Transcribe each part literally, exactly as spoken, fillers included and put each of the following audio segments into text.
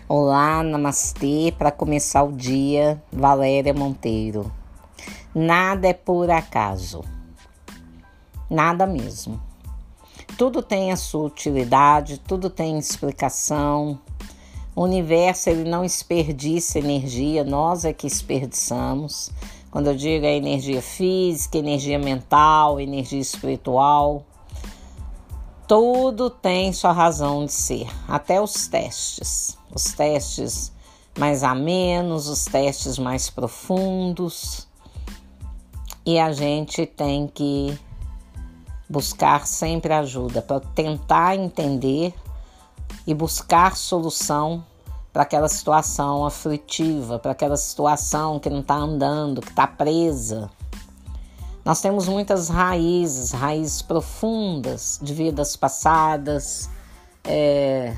Olá, namastê, para começar o dia, Valéria Monteiro. Nada é por acaso, nada mesmo. Tudo tem a sua utilidade, tudo tem explicação. O universo, ele não desperdiça energia, nós é que desperdiçamos. Quando eu digo é energia física, energia mental, energia espiritual, tudo tem sua razão de ser, até os testes. Os testes mais amenos, os testes mais profundos. E a gente tem que buscar sempre ajuda para tentar entender e buscar solução para aquela situação aflitiva, para aquela situação que não está andando, que está presa. Nós temos muitas raízes, raízes profundas de vidas passadas. É...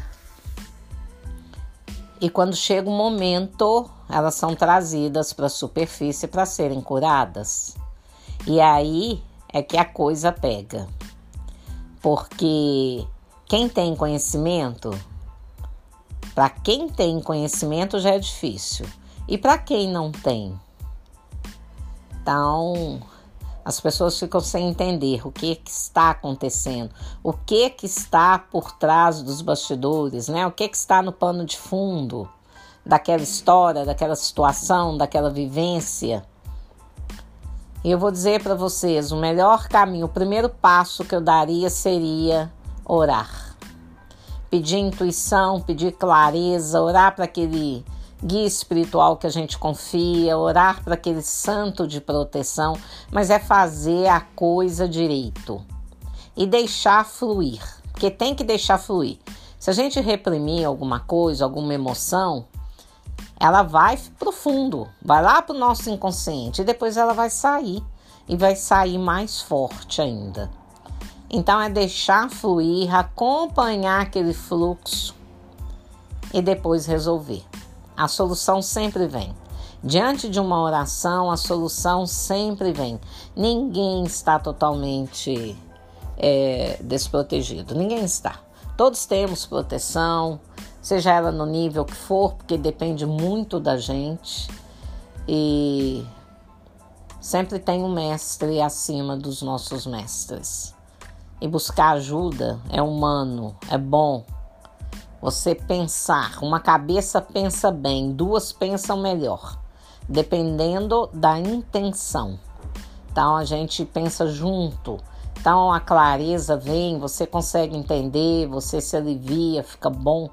E quando chega um momento, elas são trazidas para a superfície para serem curadas. E aí é que a coisa pega. Porque quem tem conhecimento, para quem tem conhecimento já é difícil. E para quem não tem? Então, as pessoas ficam sem entender o que, que está acontecendo, o que, que está por trás dos bastidores, né? O que, que está no pano de fundo daquela história, daquela situação, daquela vivência. E eu vou dizer para vocês, o melhor caminho, o primeiro passo que eu daria seria orar. Pedir intuição, pedir clareza, orar para aquele guia espiritual que a gente confia, orar para aquele santo de proteção, mas é fazer a coisa direito e deixar fluir, porque tem que deixar fluir. Se a gente reprimir alguma coisa, alguma emoção, ela vai pro fundo, vai lá pro nosso inconsciente e depois ela vai sair e vai sair mais forte ainda. Então é deixar fluir, acompanhar aquele fluxo e depois resolver. A solução sempre vem. Diante de uma oração, a solução sempre vem. Ninguém está totalmente é, desprotegido. Ninguém está. Todos temos proteção, seja ela no nível que for, porque depende muito da gente. E sempre tem um mestre acima dos nossos mestres. E buscar ajuda é humano, é bom. Você pensar, uma cabeça pensa bem, duas pensam melhor, dependendo da intenção. Então a gente pensa junto, então a clareza vem, você consegue entender, você se alivia, fica bom.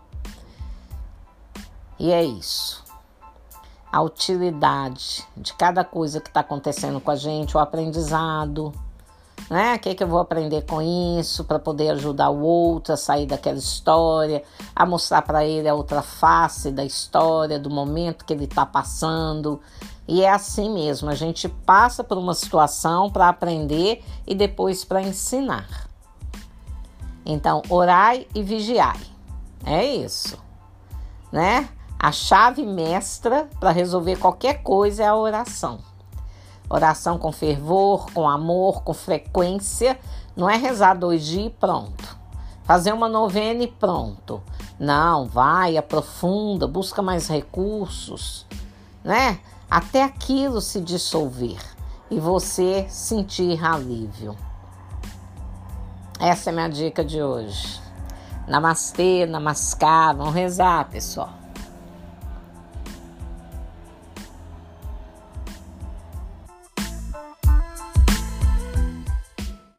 E é isso. A utilidade de cada coisa que está acontecendo com a gente, o aprendizado. Né? O que, que eu vou aprender com isso para poder ajudar o outro a sair daquela história, a mostrar para ele a outra face da história, do momento que ele está passando. E é assim mesmo, a gente passa por uma situação para aprender e depois para ensinar. Então, orai e vigiai. É isso, né? A chave mestra para resolver qualquer coisa é a oração. Oração com fervor, com amor, com frequência. Não é rezar dois dias e pronto. Fazer uma novena e pronto. Não, vai, aprofunda, busca mais recursos, né? Até aquilo se dissolver e você sentir alívio. Essa é a minha dica de hoje. Namastê, namaskar, vamos rezar, pessoal.